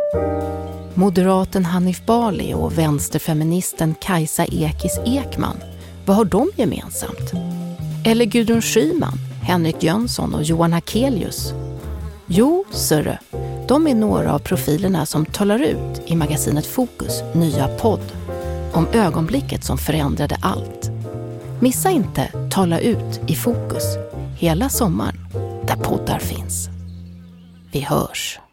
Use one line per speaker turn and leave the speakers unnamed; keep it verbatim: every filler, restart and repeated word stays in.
Moderaten Hanif Bali och vänsterfeministen Kajsa Ekis Ekman, vad har de gemensamt? Eller Gudrun Schyman, Henrik Jönsson och Johan Hakelius? Jo, sörre, de är några av profilerna som talar ut i magasinet Fokus nya podd om ögonblicket som förändrade allt. Missa inte Tala ut i Fokus hela sommaren där poddar finns. Vi hörs!